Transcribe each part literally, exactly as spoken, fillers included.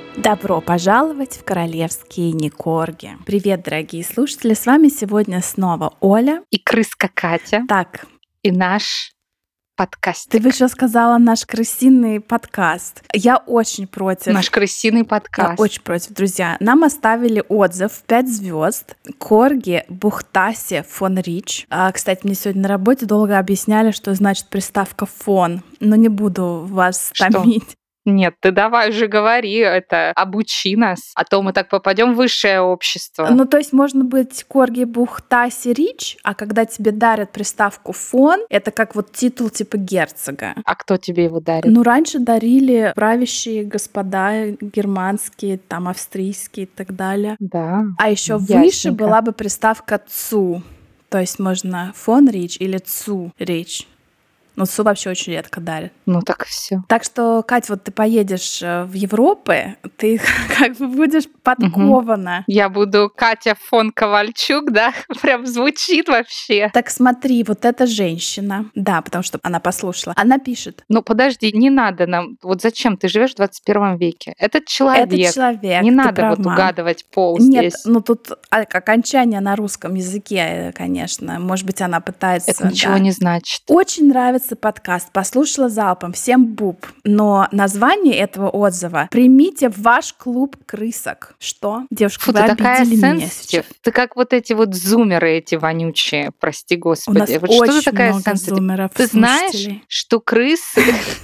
Добро пожаловать в королевские Никорги. Привет, дорогие слушатели, с вами сегодня снова Оля и крыска Катя. Так, и наш подкастик. Ты бы еще сказала наш крысиный подкаст. Я очень против. Наш крысиный подкаст. Я очень против, друзья. Нам оставили отзыв пять звезд. Корги Бухтасе фон Рич. А, кстати, мне сегодня на работе долго объясняли, что значит приставка фон. Но не буду вас томить. Нет, ты давай уже говори, это обучи нас, а то мы так попадем в высшее общество. Ну, то есть можно быть Корги Бухтасе Рич, а когда тебе дарят приставку фон, это как вот титул типа герцога. А кто тебе его дарит? Ну, раньше дарили правящие господа германские, там австрийские и так далее. Да. А еще ясненько. Выше была бы приставка цу. То есть можно фон Рич или цу Рич. Ну, цу вообще очень редко дарят. Ну так все. Так что, Кать, вот ты поедешь в Европу, ты как бы будешь подкована. Угу. Я буду Катя фон Ковальчук, да? Прям звучит вообще. Так смотри, вот эта женщина, да, потому что она послушала, она пишет. Ну подожди, не надо нам, вот зачем ты живешь в двадцать первом веке? Этот человек. Этот человек, не надо права. Вот угадывать пол Нет, здесь. ну тут окончание на русском языке, конечно. Может быть, она пытается... Это ничего да. не значит. Очень нравится подкаст, послушала залпом, всем буб. Но название этого отзыва «Примите в ваш клуб крысок». Что? Девушка, Фу, вы ты такая обидели меня сенситив. сейчас. Ты как вот эти вот зумеры эти вонючие, прости господи. У нас вот очень что ты такая много сенситив? зумеров, Ты знаешь, слушателей. что крысы...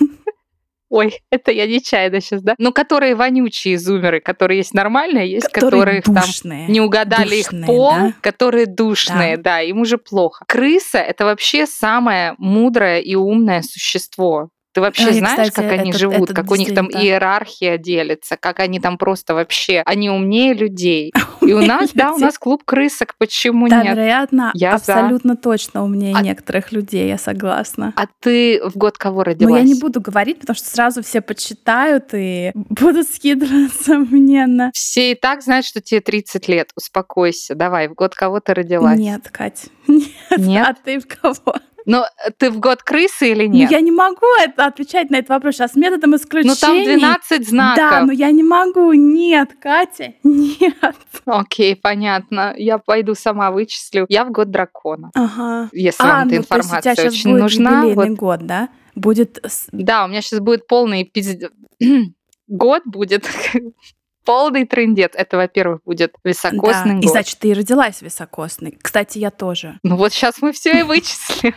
Ой, это я нечаянно сейчас, да? Ну, которые вонючие зумеры, которые есть нормальные, есть которые которых душные, там не угадали душные, их пол, да? которые душные, да. да, им уже плохо. Крыса — это вообще самое мудрое и умное существо. Ты вообще а, знаешь, кстати, как они это, живут, это как у них там так. иерархия делится, как они там просто вообще, они умнее людей. И у нас, да, у нас клуб крысок, почему да, нет? вероятно, я абсолютно за. точно умнее а... некоторых людей, я согласна. А ты в год кого родилась? Ну, я не буду говорить, потому что сразу все почитают и будут скидываться мне на... Все и так знают, что тебе тридцать лет. Успокойся. Давай, в год кого ты родилась? Нет, Кать, нет. Нет? А ты в кого? Но ты в год крысы или нет? Ну, я не могу это, отвечать на этот вопрос сейчас методом исключений. Ну, там двенадцать знаков. Да, но я не могу. Нет, Катя, нет. Окей, понятно. Я пойду сама вычислю. Я в год дракона. Ага. Если а, вам эта ну, информация то есть у тебя очень сейчас будет нужна. юбилейный вот... год, да? Будет... Да, у меня сейчас будет полный пиздец. Год будет... Полный трындец. Это, во-первых, будет високосный да. год. И значит, ты и родилась високосной. Кстати, я тоже. Ну вот сейчас мы все и вычислим.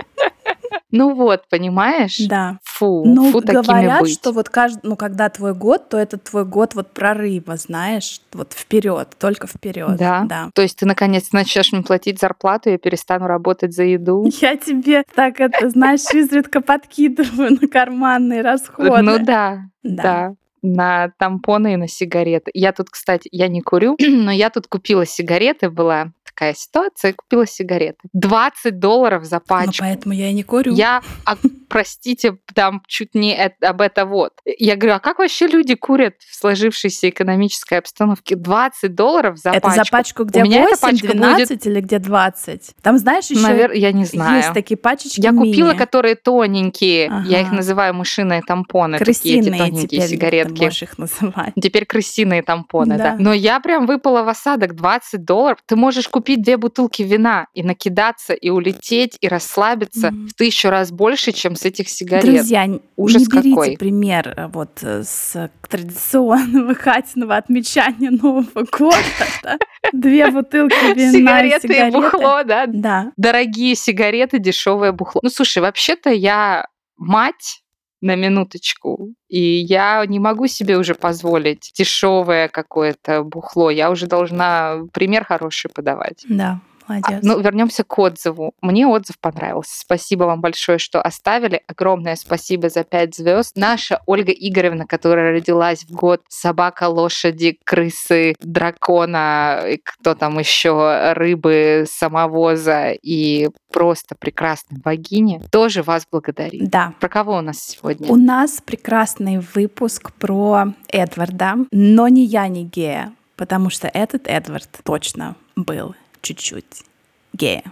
Ну вот, понимаешь? Да. Фу, ну, фу такими говорят, быть. что вот каждый, ну, когда твой год, то это твой год вот прорыва, знаешь, вот вперед, только вперед. Да? да. То есть ты наконец начнешь мне платить зарплату, я перестану работать за еду? Я тебе так это, знаешь, изредка подкидываю на карманные расходы. Ну да, да. да. На тампоны и на сигареты. Я тут, кстати, я не курю, но я тут купила сигареты, была такая ситуация, купила сигареты. двадцать долларов за пачку. Ну, поэтому я и не курю. Я, а, простите, там чуть не это, об это вот. Я говорю, а как вообще люди курят в сложившейся экономической обстановке? двадцать долларов за это пачку. Это за пачку, где восемь, двенадцать будет... или где двадцать? Там, знаешь, еще Навер... я не знаю. есть такие пачечки Я мини. купила, которые тоненькие. Ага. Я их называю мышиные тампоны. Крысиные такие эти тоненькие теперь сигаретки. Ты можешь их называть. Теперь крысиные тампоны, да. да. Но я прям выпала в осадок двадцать долларов. Ты можешь купить две бутылки вина и накидаться, и улететь, и расслабиться mm-hmm. в тысячу раз больше, чем с этих сигарет. Друзья, Ужас не берите какой. пример вот с традиционного Катиного отмечания Нового года. Две бутылки вина сигареты и сигареты. и бухло, да? Да. Дорогие сигареты, дешевое бухло. Ну, слушай, вообще-то я мать, на минуточку. И я не могу себе уже позволить дешевое какое-то бухло. Я уже должна пример хороший подавать. Да. Молодец. Ну, вернемся к отзыву. Мне отзыв понравился. Спасибо вам большое, что оставили. Огромное спасибо за пять звезд. Наша Ольга Игоревна, которая родилась в год собака, лошади, крысы, дракона, кто там еще, рыбы, самовоза и просто прекрасной богини, тоже вас благодарит. Да. Про кого у нас сегодня? У нас прекрасный выпуск про Эдварда, но не я, не гея, потому что этот Эдвард точно был чуть-чуть гея.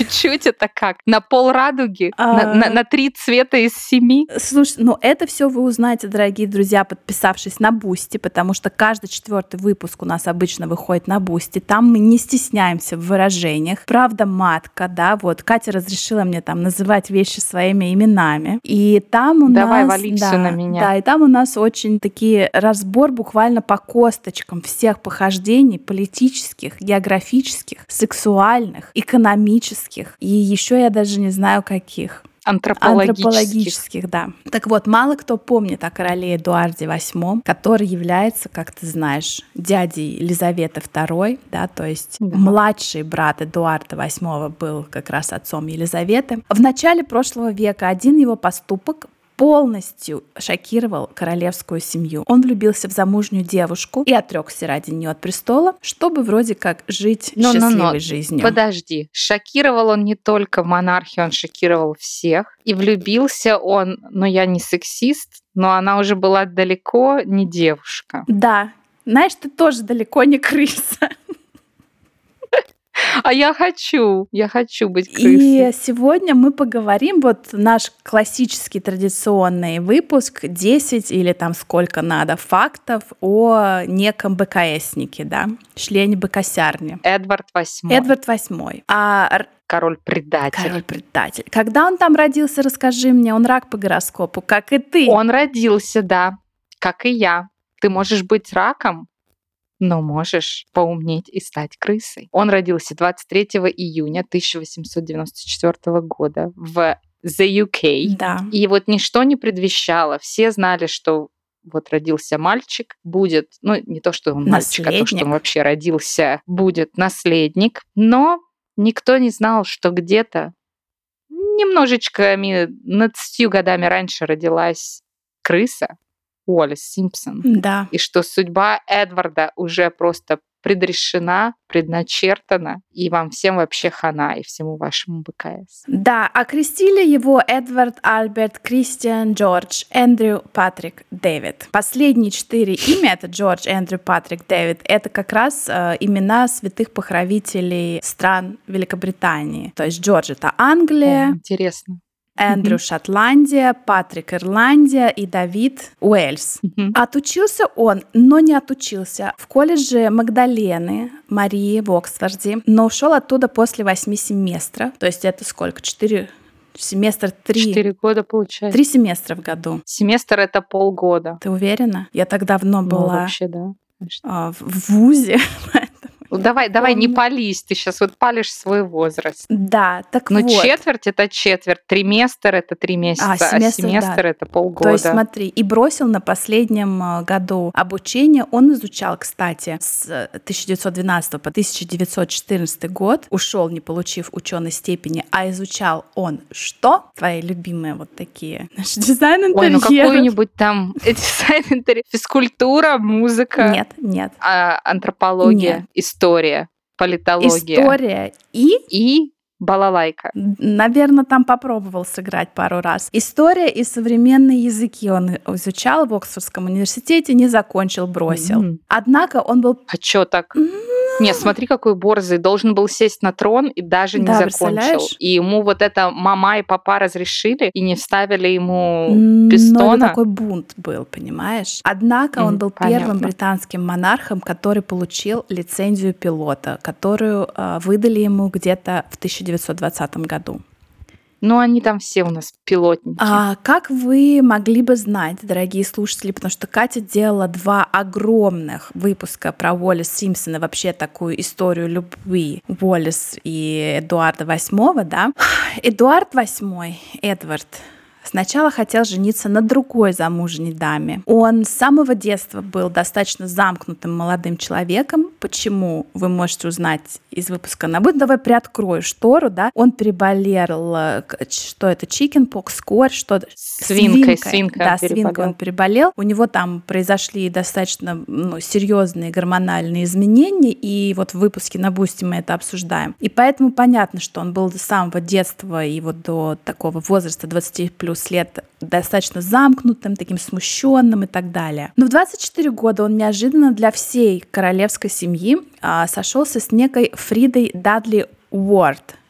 чуть-чуть это как? На пол радуги? А. На, на, на три цвета из семи? Слушай, ну это все вы узнаете, дорогие друзья, подписавшись на Бусти, потому что каждый четвертый выпуск у нас обычно выходит на Бусти. Там мы не стесняемся в выражениях. Правда, матка, да, вот Катя разрешила мне там называть вещи своими именами. И там у Давай, нас... вали да, всё на меня. Да, и там у нас очень такие разбор буквально по косточкам всех похождений политических, географических, сексуальных, экономических. И еще я даже не знаю, каких. Антропологических. Антропологических, да. Так вот, мало кто помнит о короле Эдуарде восьмом, который является, как ты знаешь, дядей Елизаветы второй, да, то есть Да. младший брат Эдуарда восьмого был как раз отцом Елизаветы. В начале прошлого века один его поступок полностью шокировал королевскую семью. Он влюбился в замужнюю девушку и отрекся ради нее от престола, чтобы вроде как жить Но, но, счастливой но, жизнью. Подожди, шокировал он не только монархию, он шокировал всех. И влюбился он, ну я не сексист, но она уже была далеко не девушка. Да, знаешь, ты тоже далеко не крыса. А я хочу, я хочу быть крысой. И сегодня мы поговорим, вот наш классический традиционный выпуск, десять или там сколько надо фактов о неком БКСнике, да, члене БКСярни. Эдвард восьмой. Эдвард восьмой. А Король-предатель. король-предатель. Когда он там родился, расскажи мне, он рак по гороскопу, как и ты. Он родился, да, как и я. Ты можешь быть раком, но можешь поумнеть и стать крысой. Он родился двадцать третьего июня тысяча восемьсот девяносто четвёртого года в the ю кей. Да. И вот ничто не предвещало. Все знали, что вот родился мальчик, будет, ну не то, что он мальчик, а то, что он вообще родился, будет наследник. Но никто не знал, что где-то немножечко над десятью годами раньше родилась крыса, Уоллес Симпсон. Да. И что судьба Эдварда уже просто предрешена, предначертана, и вам всем вообще хана, и всему вашему БКС. Да, окрестили его Эдвард, Альберт, Кристиан, Джордж, Эндрю, Патрик, Дэвид. Последние четыре имя, это Джордж, Эндрю, Патрик, Дэвид, это как раз э, имена святых покровителей стран Великобритании. То есть Джордж — это Англия. О, интересно. Эндрю — Шотландия, Патрик — Ирландия и Давид — Уэльс. Мгм. Отучился он, но не отучился в колледже Магдалены Марии в Оксфорде, но ушел оттуда после восьми семестров. То есть это сколько? Четыре семестра? Три. Четыре года получается. Три семестра в году. Семестр — это полгода. Ты уверена? Я так давно Ну, была вообще, да. конечно. а, в в вузе. Ну, давай, давай, не помню. пались, ты сейчас вот палишь свой возраст. Да, так Ну, вот. четверть — это четверть, триместр — это три месяца, а семестр, семестр, да. это полгода. То есть смотри, и бросил на последнем э, году обучения. Он изучал, кстати, с тысяча девятьсот двенадцатого по тысяча девятьсот четырнадцатый год. Ушел, не получив ученой степени, а изучал он что? Твои любимые вот такие. Наш дизайн интерьера. Ой, ну какую-нибудь там дизайн интерьера, физкультура, музыка. Нет, нет. А, антропология, Нет. история, политология. История и... И балалайка. Наверное, там попробовал сыграть пару раз. История и современные языки он изучал в Оксфордском университете, не закончил, бросил. М. Однако он был... А чё так? Нет, смотри, какой борзый. Должен был сесть на трон и даже не Да, закончил. представляешь? И ему вот это мама и папа разрешили и не вставили ему Но пистона. это такой бунт был, понимаешь? Однако он Мгм, был понятно. первым британским монархом, который получил лицензию пилота, которую э, выдали ему где-то в тысяча девятьсот двадцатом году. Ну, они там все у нас пилотники. А как вы могли бы знать, дорогие слушатели, потому что Катя делала два огромных выпуска про Уоллес Симпсона, вообще такую историю любви Уоллес и Эдуарда восьмого, да? Эдуард восьмой, Эдвард, сначала хотел жениться на другой замужней даме. Он с самого детства был достаточно замкнутым молодым человеком. Почему? Вы можете узнать из выпуска на будет. Давай приоткрою штору, да. Он переболел, э, к- что это, чикенпокс, корь, что-то. Свинкой, свинкой Да, он свинкой переболел. он переболел. У него там произошли достаточно ну, серьезные гормональные изменения, и вот в выпуске на Бусти мы это обсуждаем. И поэтому понятно, что он был с самого детства и вот до такого возраста двадцати плюс лет достаточно замкнутым, таким смущенным и так далее. Но в двадцать четыре года он неожиданно для всей королевской семьи а, сошелся с некой Фридой Дадли Уорд.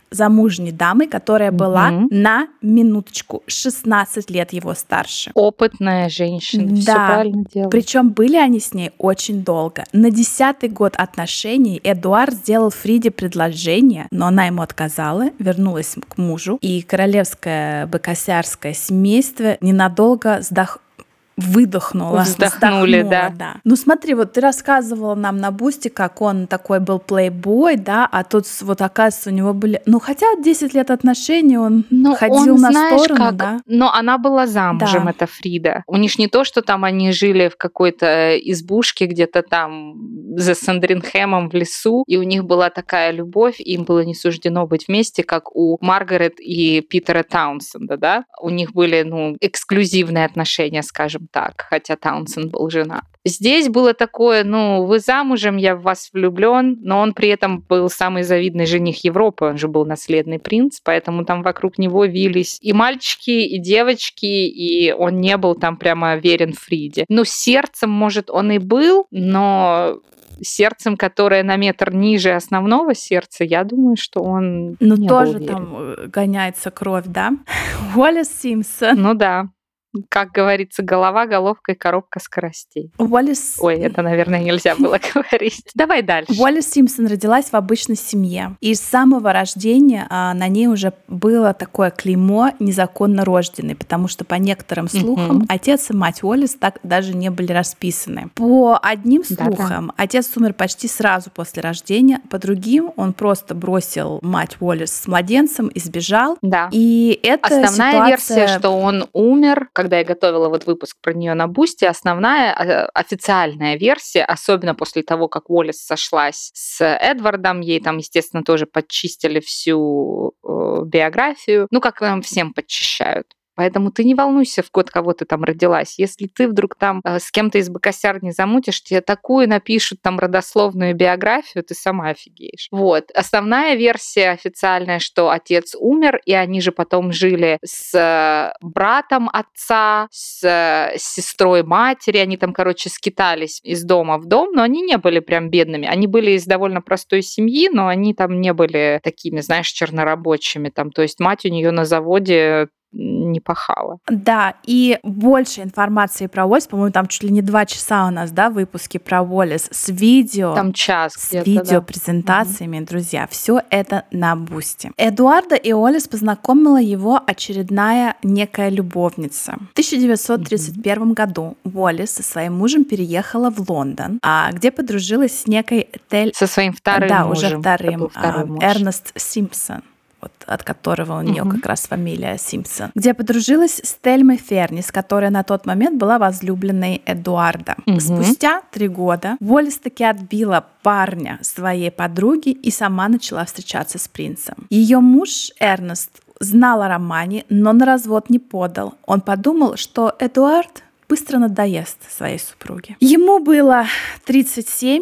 замужней дамой, которая Мгм. была на минуточку шестнадцать лет его старше. Опытная женщина, все Да. правильно делает. Причем были они с ней очень долго. На десятый год отношений Эдуард сделал Фриде предложение, но она ему отказала, вернулась к мужу, и королевское бекасярское семейство ненадолго вздох... выдохнула. Вздохнули, вздохнула, да. Ну смотри, вот ты рассказывала нам на Бусти, как он такой был плейбой, да, а тут с- вот оказывается у него были... Ну хотя десять лет отношений он Ну, ходил он, на знаешь, сторону, как, да. но она была замужем, Да. эта Фрида. У них ж не то, что там они жили в какой-то избушке где-то там за Сандринхэмом в лесу, и у них была такая любовь, им было не суждено быть вместе, как у Маргарет и Питера Таунсенда, да? У них были, ну, эксклюзивные отношения, скажем так, хотя Таунсенд был женат. Здесь было такое, ну, вы замужем, я в вас влюблен, но он при этом был самый завидный жених Европы, он же был наследный принц, поэтому там вокруг него вились и мальчики, и девочки, и он не был там прямо верен Фриде. Ну, сердцем, может, он и был, но сердцем, которое на метр ниже основного сердца, я думаю, что он Ну не тоже был верен. там э, гоняется кровь, да. Уоллес Симпсон. Ну да. Как говорится, голова головкой, коробка скоростей. Уоллес... Ой, это, наверное, нельзя было говорить. Давай дальше. Уоллес Симпсон родилась в обычной семье. И с самого рождения а, на ней уже было такое клеймо незаконно рожденный, потому что по некоторым слухам Мгм. отец и мать Уоллес так даже не были расписаны. По одним Да-да. слухам отец умер почти сразу после рождения, по другим он просто бросил мать Уоллес с младенцем и сбежал. Да. И это Основная ситуация... версия, что он умер, когда я готовила вот выпуск про нее на Бусти, основная э, официальная версия, особенно после того, как Уоллес сошлась с Эдвардом, ей там, естественно, тоже подчистили всю э, биографию, ну, как нам всем подчищают. Поэтому ты не волнуйся, в год кого ты там родилась. Если ты вдруг там э, с кем-то из бекасярни замутишь, тебе такую напишут там родословную биографию, ты сама офигеешь. Вот. Основная версия официальная, что отец умер, и они же потом жили с э, братом отца, с э, сестрой матери. Они там, короче, скитались из дома в дом, но они не были прям бедными. Они были из довольно простой семьи, но они там не были такими, знаешь, чернорабочими. Там, то есть мать у нее на заводе не пахала. Да, и больше информации про Уоллес, по-моему, там чуть ли не два часа у нас, да, выпуски про Уоллес с видео. Там час С где-то, видеопрезентациями, да. Друзья, все это на Бусти. Эдуарда и Уоллес познакомила его очередная некая любовница. В тысяча девятьсот тридцать первом mm-hmm. году Уоллес со своим мужем переехала в Лондон, а, где подружилась с некой Тель... Со своим вторым да, мужем. уже вторым, а, Эрнест Симпсон. Вот, от которого у нее uh-huh. как раз фамилия Симпсон, где подружилась с Тельмой Фернис, которая на тот момент была возлюбленной Эдуарда. Uh-huh. Спустя три года Уоллес таки отбила парня своей подруги и сама начала встречаться с принцем. Ее муж Эрнест знал о романе, но на развод не подал. Он подумал, что Эдуард быстро надоест своей супруге. Ему было тридцать семь,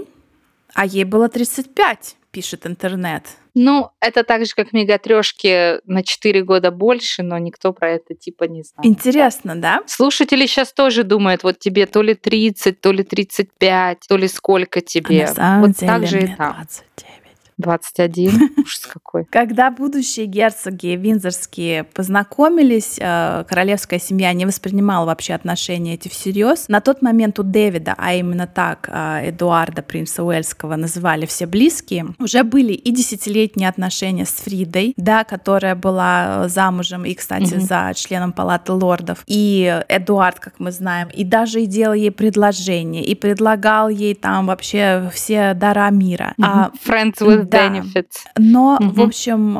а ей было тридцать пять, пишет интернет. Ну, это так же, как мегатрёшки на четыре года больше, но никто про это типа не знает. Интересно, да? Слушатели сейчас тоже думают, вот тебе то ли тридцать, то ли тридцать пять, то ли сколько тебе. А на самом вот деле так же мне и там. двадцать девять. двадцать один? Ужас какой. Когда будущие герцоги виндзорские познакомились, королевская семья не воспринимала вообще отношения эти всерьез. На тот момент у Дэвида, а именно так Эдуарда, принца Уэльского, называли все близкие, уже были и десятилетние отношения с Фридой, да, которая была замужем и, кстати, mm-hmm. за членом палаты лордов. И Эдуард, как мы знаем, и даже и делал ей предложение, и предлагал ей там вообще все дара мира. Mm-hmm. А, Friends with да. benefits. Но, mm-hmm. в общем,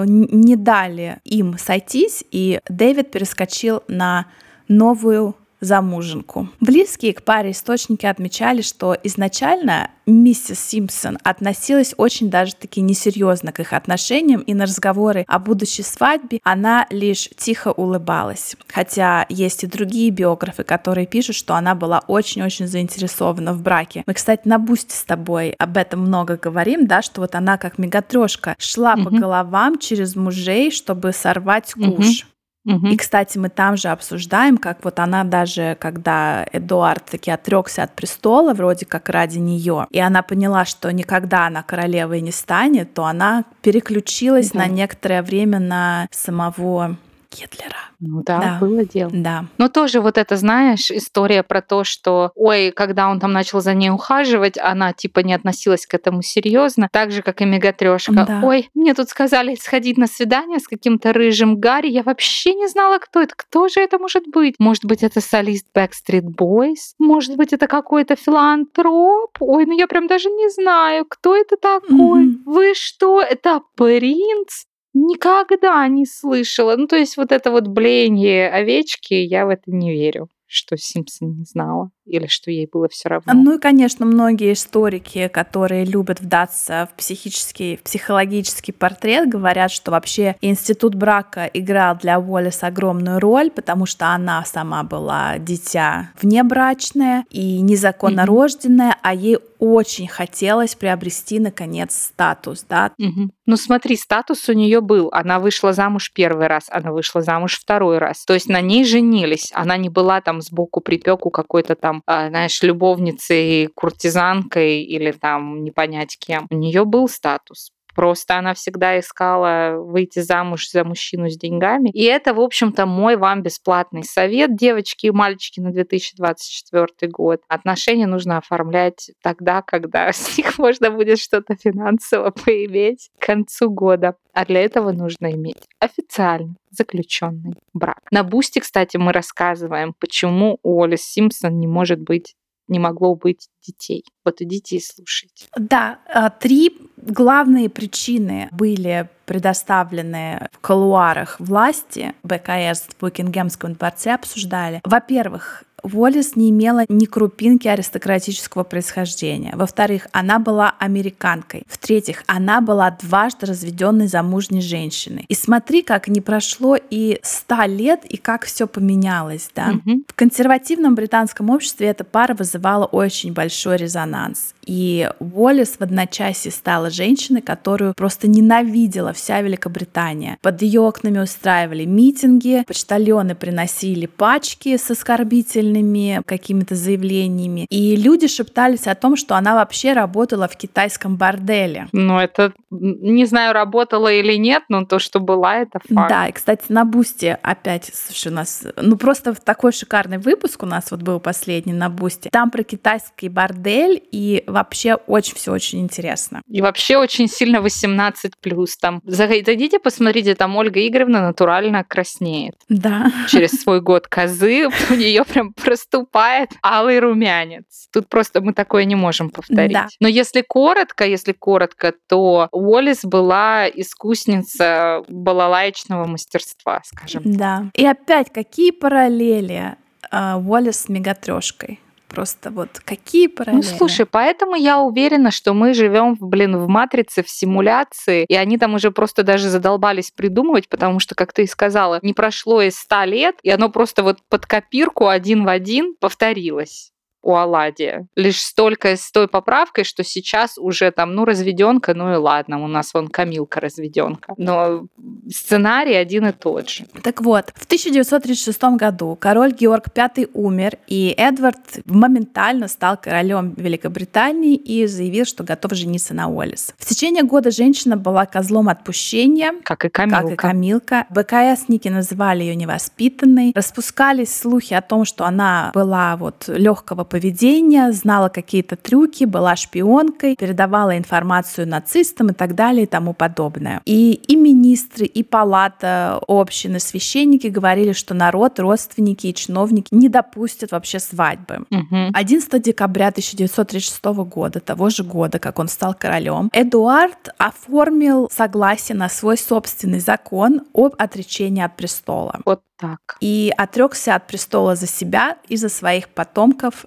не дали им сойтись, и Дэвид перескочил на новую замуженку. Близкие к паре источники отмечали, что изначально миссис Симпсон относилась очень даже таки несерьезно к их отношениям, и на разговоры о будущей свадьбе она лишь тихо улыбалась. Хотя есть и другие биографы, которые пишут, что она была очень-очень заинтересована в браке. Мы, кстати, на Бусти с тобой об этом много говорим, да, что вот она как мегатрёшка шла mm-hmm. по головам через мужей, чтобы сорвать куш. Mm-hmm. Мгм. И, кстати, мы там же обсуждаем, как вот она даже, когда Эдуард таки отрекся от престола, вроде как ради нее, и она поняла, что никогда она королевой не станет, то она переключилась Да. на некоторое время на самого Гитлера. Ну да, Да. было дело. Да. Но тоже вот это, знаешь, история про то, что, ой, когда он там начал за ней ухаживать, она типа не относилась к этому серьезно, так же, как и Мегатрёшка. Да. Ой, мне тут сказали сходить на свидание с каким-то рыжим Гарри, я вообще не знала, кто это. Кто же это может быть? Может быть, это солист Backstreet Boys? Может быть, это какой-то филантроп? Ой, ну я прям даже не знаю, кто это такой. Мгм. Вы что, это принц? Никогда не слышала. Ну, то есть вот это вот блеяние овечки, я в это не верю, что Симпсон не знала или что ей было все равно. Ну и, конечно, многие историки, которые любят вдаться в психический, в психологический портрет, говорят, что вообще институт брака играл для Уоллес огромную роль, потому что она сама была дитя внебрачное и незаконно Мгм. рожденное, а ей очень хотелось приобрести, наконец, статус, да. Мгм. Ну смотри, статус у нее был. Она вышла замуж первый раз, она вышла замуж второй раз. То есть на ней женились. Она не была там сбоку припеку какой-то там, а, знаешь, любовницей, куртизанкой или там не понять кем. У нее был статус. Просто она всегда искала выйти замуж за мужчину с деньгами. И это, в общем-то, мой вам бесплатный совет, девочки и мальчики, на две тысячи двадцать четвёртый год. Отношения нужно оформлять тогда, когда с них можно будет что-то финансово поиметь к концу года. А для этого нужно иметь официально заключенный брак. На Бусти, кстати, мы рассказываем, почему у Уоллес Симпсон не может быть, не могло быть детей. Вот идите и слушайте. Да, а, три главные причины были предоставлены в кулуарах власти. БКС в Букингемском дворце обсуждали. Во-первых, Уоллес не имела ни крупинки аристократического происхождения. Во-вторых, она была американкой. В-третьих, она была дважды разведенной замужней женщиной. И смотри, как не прошло и ста лет, и как все поменялось, да? Мгм. В консервативном британском обществе эта пара вызывала очень большой резонанс. И Уоллес в одночасье стала женщиной, которую просто ненавидела вся Великобритания. Под ее окнами устраивали митинги, почтальоны приносили пачки с оскорбительными какими-то заявлениями. И люди шептались о том, что она вообще работала в китайском борделе. Ну, это, м, не знаю, работала или нет, но то, что была, это факт. Да, и, кстати, на Бусти опять, слушай, у нас, ну, просто такой шикарный выпуск у нас вот был последний на Бусти. Там про китайский бордель, и вообще очень все очень интересно. И вообще очень сильно восемнадцать плюс. Там зайдите, посмотрите, там Ольга Игоревна натурально краснеет. Да. Через свой год козы у нее прям проступает алый румянец. Тут просто мы такое не можем повторить. Да. Но если коротко, если коротко, то Уоллес была искусница балалаечного мастерства, скажем. Да. И опять, какие параллели а, Уоллес с Мегатрёшкой? Просто вот какие параллели? Ну, слушай, поэтому я уверена, что мы живем, блин, в матрице, в симуляции, и они там уже просто даже задолбались придумывать, потому что, как ты и сказала, не прошло и ста лет, и оно просто вот под копирку один в один повторилось у Аладдия. Лишь столько с той поправкой, что сейчас уже там, ну, разведенка, ну и ладно, у нас вон Камилка разведенка. Но сценарий один и тот же. Так вот, в тысяча девятьсот тридцать шестом году король Георг Пятый умер, и Эдвард моментально стал королем Великобритании и заявил, что готов жениться на Уоллес. В течение года женщина была козлом отпущения, Как и Камилка. как и Камилка. БКСники называли ее невоспитанной. Распускались слухи о том, что она была вот легкого поведения, знала какие-то трюки, была шпионкой, передавала информацию нацистам и так далее и тому подобное. И, и министры, и палата общины, священники говорили, что народ, родственники и чиновники не допустят вообще свадьбы. Угу. одиннадцатого декабря тысяча девятьсот тридцать шестого года, того же года, как он стал королем, Эдуард оформил согласие на свой собственный закон об отречении от престола. Вот так. И отрекся от престола за себя и за своих потомков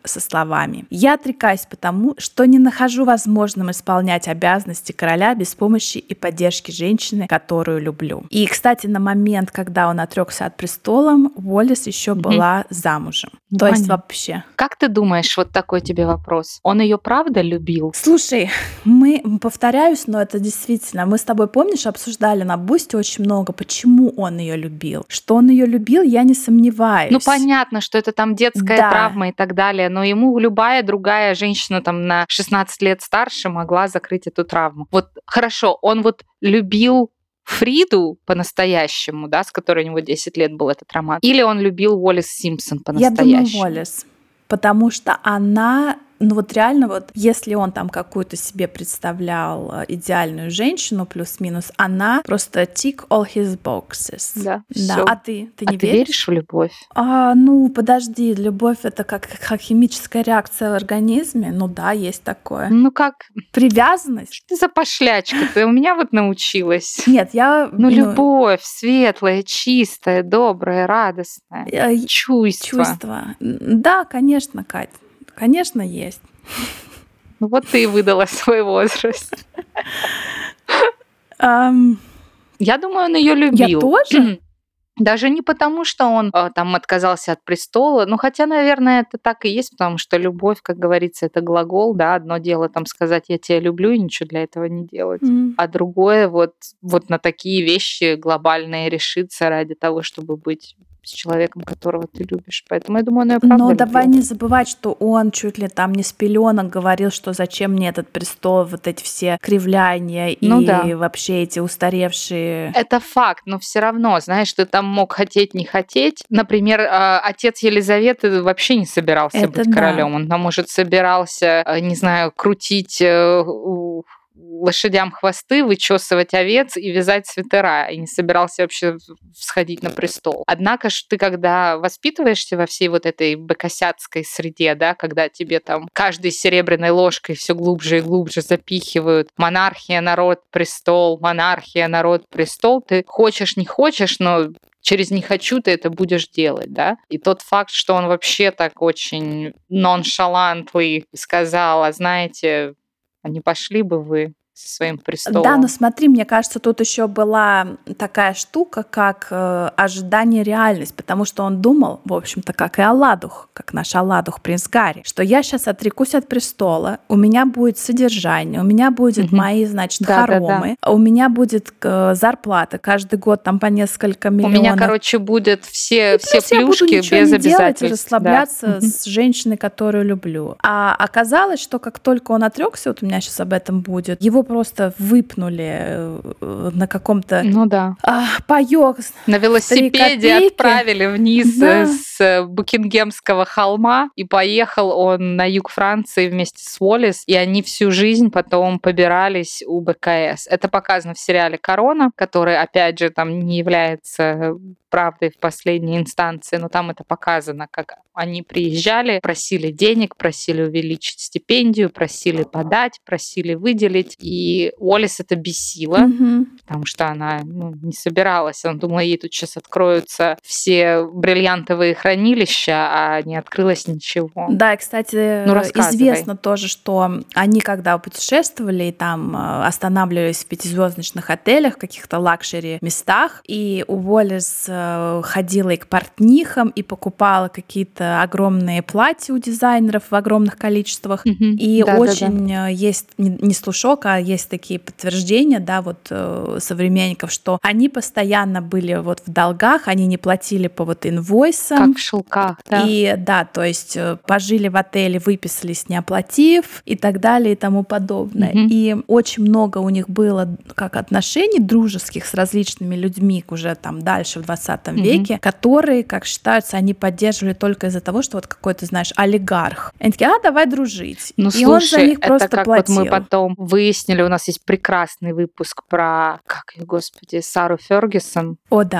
со словами: «Я отрекаюсь потому, что не нахожу возможным исполнять обязанности короля без помощи и поддержки женщины, которую люблю». И, кстати, на момент, когда он отрекся от престола, Уоллес еще mm-hmm. была замужем. Ну, То понятно. есть вообще. Как ты думаешь, вот такой тебе вопрос? Он ее правда любил? Слушай, мы, повторяюсь, но это действительно, мы с тобой, помнишь, обсуждали на Бусте очень много, почему он ее любил. Что он ее любил, я не сомневаюсь. Ну, понятно, что это там детская да. травма и так далее, но ему любая другая женщина там на шестнадцать лет старше могла закрыть эту травму. Вот хорошо, он вот любил Фриду по-настоящему, да, с которой у него десять лет был этот роман, или он любил Уоллес Симпсон по-настоящему? Я думаю, Уоллес, потому что она... Ну вот реально, вот если он там какую-то себе представлял идеальную женщину, плюс-минус, она просто tick all his boxes. Да, да. Всё. А ты? Ты не а веришь? ты веришь в любовь? А, ну, подожди, любовь — это как, как химическая реакция в организме? Ну да, есть такое. Ну как? Привязанность? Что за пошлячка? Ты у меня вот научилась. Нет, я... Ну, любовь светлая, чистая, добрая, радостная. Чувство. Чувство. Да, конечно, Кать. Конечно, есть. Ну вот ты и выдала свой возраст. Um, я думаю, он ее любил. Я тоже? Даже не потому, что он э, там отказался от престола, ну хотя, наверное, это так и есть, потому что любовь, как говорится, это глагол, да, одно дело там сказать «я тебя люблю» и ничего для этого не делать, mm. а другое вот, вот на такие вещи глобальные решиться ради того, чтобы быть с человеком, которого ты любишь. Поэтому я думаю, он её правда Но любил. давай не забывать, что он чуть ли там не с пелёнок говорил, что зачем мне этот престол, вот эти все кривляния ну, и да. вообще эти устаревшие... Это факт, но все равно, знаешь, ты там мог хотеть, не хотеть. Например, отец Елизаветы вообще не собирался Это быть да. королем. Он там, может, собирался, не знаю, крутить лошадям хвосты, вычесывать овец и вязать свитера, и не собирался вообще всходить на престол. Однако ж ты, когда воспитываешься во всей вот этой бекасятской среде, да, когда тебе там каждой серебряной ложкой все глубже и глубже запихивают монархия, народ, престол, монархия, народ, престол, ты хочешь, не хочешь, но через «не хочу» ты это будешь делать, да? И тот факт, что он вообще так очень ноншалантный сказал, а знаете, а не пошли бы вы со своим престолом? Да, но смотри, мне кажется, тут еще была такая штука, как э, ожидание реальность, потому что он думал, в общем-то, как и Аладух, как наш Аладух, принц Гарри, что я сейчас отрекусь от престола, у меня будет содержание, у меня будет угу. мои, значит, да, хоромы, да, да. у меня будет э, зарплата каждый год там по несколько миллионов. У меня, короче, будет все, и все плюшки я буду ничего без не обязательств. Делать и расслабляться да. с женщиной, которую люблю. А оказалось, что как только он отрекся, вот у меня сейчас об этом будет, его просто выпнули на каком-то ну, да. а, паёк. На велосипеде отправили вниз да. с Букингемского холма, и поехал он на юг Франции вместе с Уоллес, и они всю жизнь потом побирались у БКС. Это показано в сериале «Корона», который, опять же, там не является правдой в последней инстанции, но там это показано, как они приезжали, просили денег, просили увеличить стипендию, просили подать, просили выделить, и Уоллес это бесило, mm-hmm. потому что она ну, не собиралась. Он думал, ей тут сейчас откроются все бриллиантовые хранилища, а не открылось ничего. Да, и, кстати, ну, известно тоже, что они, когда путешествовали и там останавливались в пятизвездочных отелях, в каких-то лакшери местах, и у Уоллес ходила и к портнихам, и покупала какие-то огромные платья у дизайнеров в огромных количествах. Mm-hmm. И да, очень да, да. есть не слушок, а есть такие подтверждения, да, вот современников, что они постоянно были вот в долгах, они не платили по вот инвойсам. Как в шелках, да. И да, то есть пожили в отеле, выписались, не оплатив, и так далее, и тому подобное. Mm-hmm. И очень много у них было как отношений дружеских с различными людьми уже там дальше в двадцатом mm-hmm. веке, которые, как считаются, они поддерживали только из-за того, что вот какой-то, знаешь, олигарх. Они такие, а, давай дружить. Ну, и слушай, он за них это просто как платил. Вот мы потом выяснили, у нас есть прекрасный выпуск про, как ее, господи, Сару Фергюсон. О, да.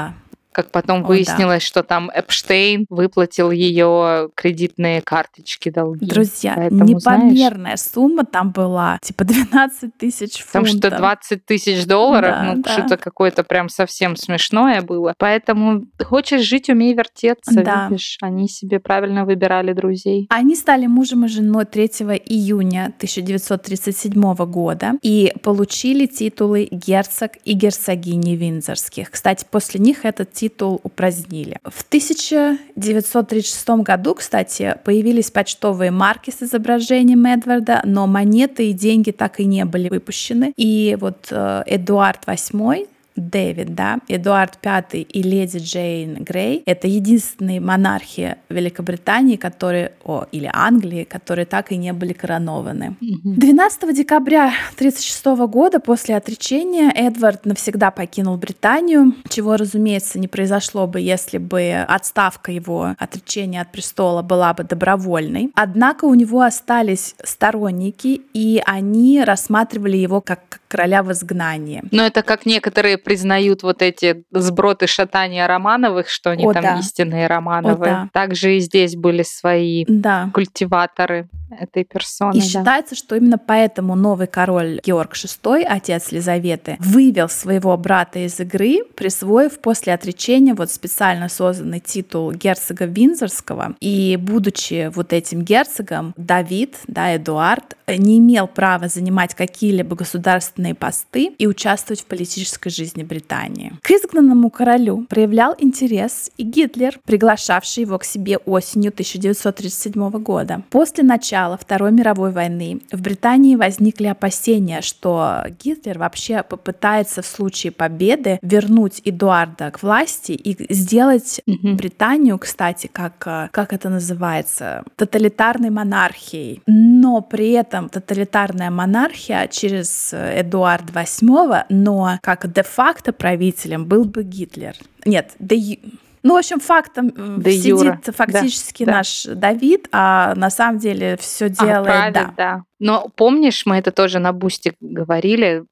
Как потом О, выяснилось, да. что там Эпштейн выплатил ее кредитные карточки долги. Друзья, Поэтому, непомерная знаешь, сумма там была, типа двенадцать тысяч фунтов. Там что двадцать тысяч долларов, Да, ну да. что-то какое-то прям совсем смешное было. Поэтому хочешь жить, умей вертеться, Да. видишь, они себе правильно выбирали друзей. Они стали мужем и женой третьего июня тысяча девятьсот тридцать седьмого года и получили титулы герцог и герцогини Виндзорских. Кстати, после них этот титул упразднили. В тысяча девятьсот тридцать шестом году, кстати, появились почтовые марки с изображением Эдварда, но монеты и деньги так и не были выпущены. И вот э, Эдуард восьмой, Дэвид, да, Эдуард пятый и леди Джейн Грей — это единственные монархи Великобритании, которые, о, или Англии, которые так и не были коронованы. двенадцатого декабря тысяча девятьсот тридцать шестого года после отречения Эдвард навсегда покинул Британию, чего, разумеется, не произошло бы, если бы отставка его отречения от престола была бы добровольной. Однако у него остались сторонники, и они рассматривали его как короля в изгнании. Но это как некоторые признают вот эти сброты шатания Романовых, что они О, там да. истинные Романовы. О, да. Также и здесь были свои да. культиваторы этой персоны. И да. считается, что именно поэтому новый король Георг шестой, отец Елизаветы, вывел своего брата из игры, присвоив после отречения вот специально созданный титул герцога Виндзорского. И будучи вот этим герцогом, Давид, да, Эдуард, не имел права занимать какие-либо государственные посты и участвовать в политической жизни Британии. К изгнанному королю проявлял интерес и Гитлер, приглашавший его к себе осенью тысяча девятьсот тридцать седьмого года. После начала Второй мировой войны в Британии возникли опасения, что Гитлер вообще попытается в случае победы вернуть Эдуарда к власти и сделать mm-hmm. Британию, кстати, как, как это называется, тоталитарной монархией. Но при этом тоталитарная монархия через Эдуарда восьмого, но как де-факто правителем был бы Гитлер. Нет, де... Ну, в общем, фактом де сидит юра. фактически да, наш да. Давид, а на самом деле все делает, а, да. да. Но помнишь, мы это тоже на Бусти говорили,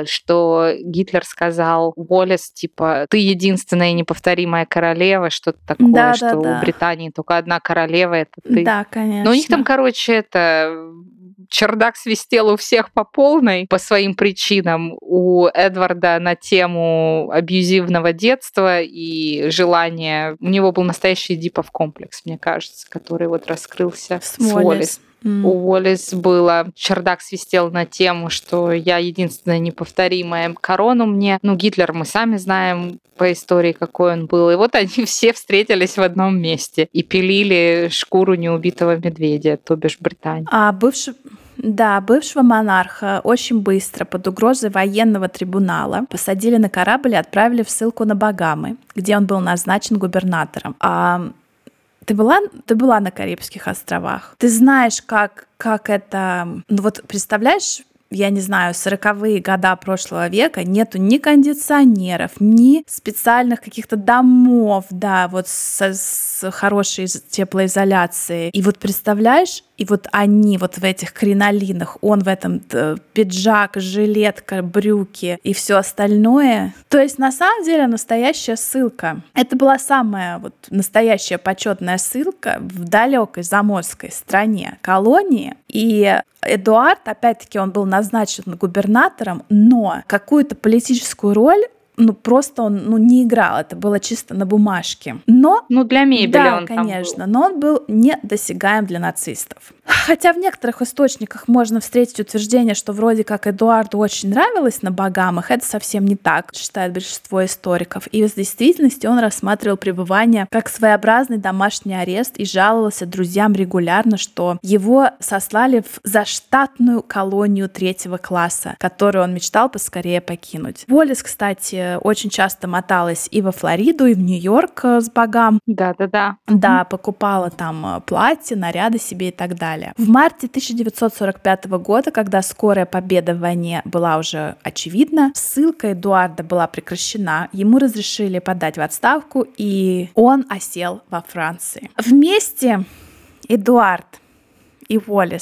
что Гитлер сказал Уоллес, типа, ты единственная и неповторимая королева, что-то такое, да, что да, да. у Британии только одна королева, это ты. Да, конечно. Но у них там, короче, это... чердак свистел у всех по полной по своим причинам. У Эдварда на тему абьюзивного детства и желания... У него был настоящий Эдипов комплекс, мне кажется, который вот раскрылся с Уоллес. Mm. У Уоллес было, чердак свистел на тему, что я единственная неповторимая, корону мне. Ну, Гитлер мы сами знаем по истории, какой он был. И вот они все встретились в одном месте и пилили шкуру неубитого медведя, то бишь Британии. А бывший... Да, бывшего монарха очень быстро под угрозой военного трибунала посадили на корабль и отправили в ссылку на Багамы, где он был назначен губернатором. А ты была, ты была на Карибских островах? Ты знаешь, как, как это... Ну вот представляешь, я не знаю, сороковые года прошлого века, нету ни кондиционеров, ни специальных каких-то домов, да, вот с, с хорошей теплоизоляцией. И вот представляешь, и вот они вот в этих кринолинах, он в этом пиджак, жилетка, брюки и все остальное. То есть на самом деле настоящая ссылка. Это была самая вот настоящая почетная ссылка в далекой заморской стране, колонии. И Эдуард, опять-таки, он был назначен губернатором, но какую-то политическую роль ну, просто он ну, не играл, это было чисто на бумажке. Но, ну, для мебели да, он конечно, там был. но он был недосягаем для нацистов. Хотя в некоторых источниках можно встретить утверждение, что вроде как Эдуарду очень нравилось на Багамах, это совсем не так, считает большинство историков. И в действительности он рассматривал пребывание как своеобразный домашний арест и жаловался друзьям регулярно, что его сослали в заштатную колонию третьего класса, которую он мечтал поскорее покинуть. Уоллес, кстати, очень часто моталась и во Флориду, и в Нью-Йорк с Багам. Да-да-да. Да, покупала там платья, наряды себе и так далее. В марте тысяча девятьсот сорок пятого года, когда скорая победа в войне была уже очевидна, ссылка Эдуарда была прекращена, ему разрешили подать в отставку, и он осел во Франции. Вместе Эдуард и Уоллес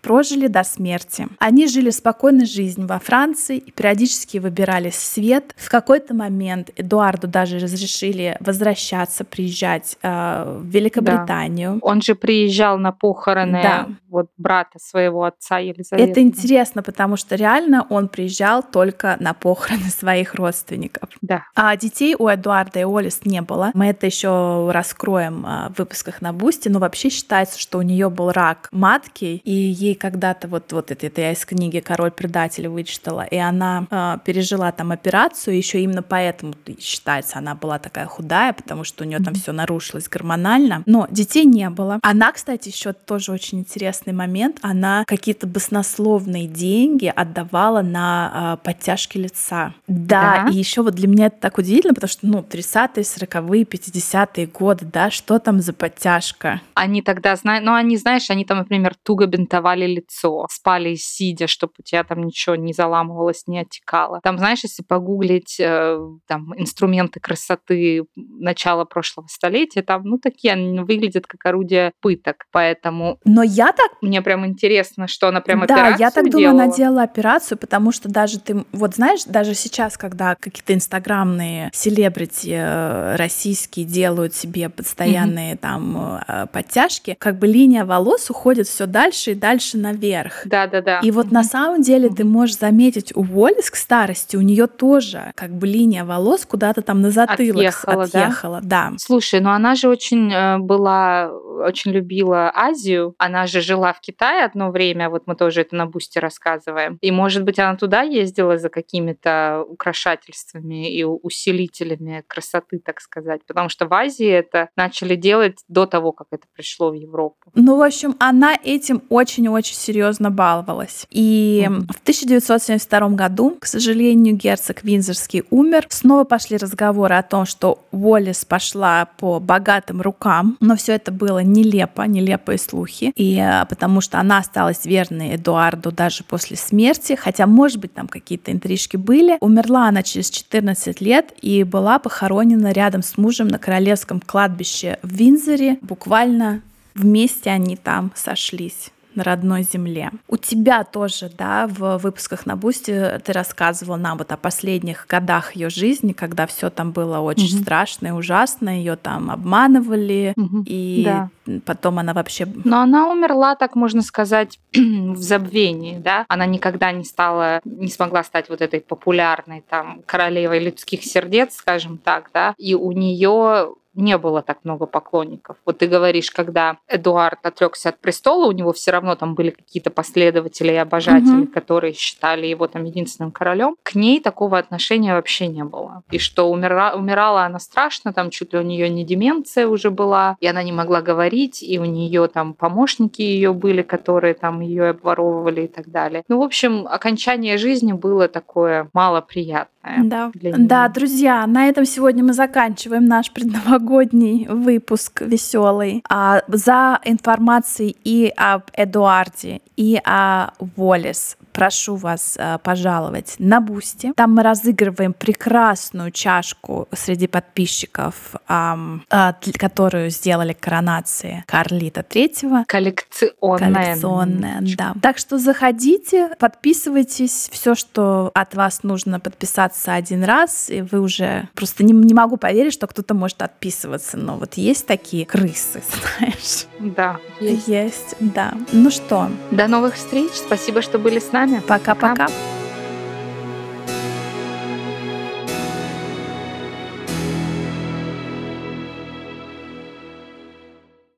прожили до смерти. Они жили спокойной жизнью во Франции и периодически выбирали свет. В какой-то момент Эдуарду даже разрешили возвращаться, приезжать э, в Великобританию. Да. Он же приезжал на похороны да. вот брата своего отца Елизаветы. Это интересно, потому что реально он приезжал только на похороны своих родственников. Да. А детей у Эдуарда и Уоллес не было. Мы это еще раскроем в выпусках на Бусти, но вообще считается, что у нее был рак матки, и ей когда-то, вот, вот это, это я из книги «Король предатель» вычитала, и она э, пережила там операцию, еще именно поэтому считается, она была такая худая, потому что у нее mm-hmm. там все нарушилось гормонально, но детей не было. Она, кстати, еще тоже очень интересный момент, она какие-то баснословные деньги отдавала на э, подтяжки лица. Да, да. И еще вот для меня это так удивительно, потому что, ну, тридцатые, сороковые, пятидесятые годы, да, что там за подтяжка? Они тогда, ну, они, знаешь, они там, например, туго бинтовали лицо, спали сидя, чтобы у тебя там ничего не заламывалось, не оттекало. Там, знаешь, если погуглить э, там инструменты красоты начала прошлого столетия, там, ну, такие они выглядят как орудие пыток, поэтому... Но я так... Мне прям интересно, что она прям да, операцию Да, я так делала. думаю, она делала операцию, потому что даже ты... Вот знаешь, даже сейчас, когда какие-то инстаграмные селебрити российские делают себе постоянные mm-hmm. там подтяжки, как бы линия волос уходит все дальше и дальше наверх. Да-да-да. И вот mm-hmm. на самом деле ты можешь заметить у Уоллес к старости, у нее тоже как бы линия волос куда-то там на затылок отъехала. отъехала да? да. Слушай, ну она же очень была, очень любила Азию, она же жила в Китае одно время, вот мы тоже это на Бусти рассказываем, и, может быть, она туда ездила за какими-то украшательствами и усилителями красоты, так сказать, потому что в Азии это начали делать до того, как это пришло в Европу. Ну, в общем, она этим очень-очень серьезно баловалась. И mm-hmm. в тысяча девятьсот семьдесят втором году, к сожалению, герцог Виндзорский умер. Снова пошли разговоры о том, что Уоллес пошла по богатым рукам, но все это было нелепо, нелепые слухи, и потому что она осталась верной Эдуарду даже после смерти, хотя, может быть, там какие-то интрижки были. Умерла она через четырнадцать лет и была похоронена рядом с мужем на королевском кладбище в Виндзоре. Буквально вместе они там сошлись на родной земле. У тебя тоже, да, в выпусках на Бусти ты рассказывала нам вот о последних годах ее жизни, когда все там было очень mm-hmm. страшно и ужасно, ее там обманывали, mm-hmm. и да. потом она вообще... Но она умерла, так можно сказать, в забвении, да? Она никогда не стала, не смогла стать вот этой популярной там королевой людских сердец, скажем так, да, и у нее не было так много поклонников. Вот ты говоришь, когда Эдуард отрекся от престола, у него все равно там были какие-то последователи и обожатели, угу. которые считали его там единственным королем. К ней такого отношения вообще не было. И что умерла, умирала она страшно, там чуть ли у нее не деменция уже была, и она не могла говорить, и у нее там помощники ее были, которые там ее обворовывали и так далее. Ну, в общем, окончание жизни было такое малоприятное. Да. да, друзья, на этом сегодня мы заканчиваем наш предновогодний выпуск веселый. А за информацией и об Эдуарде, и о Уоллес прошу вас а, пожаловать на Бусти. Там мы разыгрываем прекрасную чашку среди подписчиков, а, а, которую сделали к коронации Карлита Третьего. Коллекционная. Коллекционная, да. Так что заходите, подписывайтесь. Все, что от вас нужно, подписаться один раз, и вы уже... Просто не, не могу поверить, что кто-то может отписываться, но вот есть такие крысы, знаешь. Да, есть. Есть, да. Ну что? До новых встреч. Спасибо, что были с нами. Пока-пока.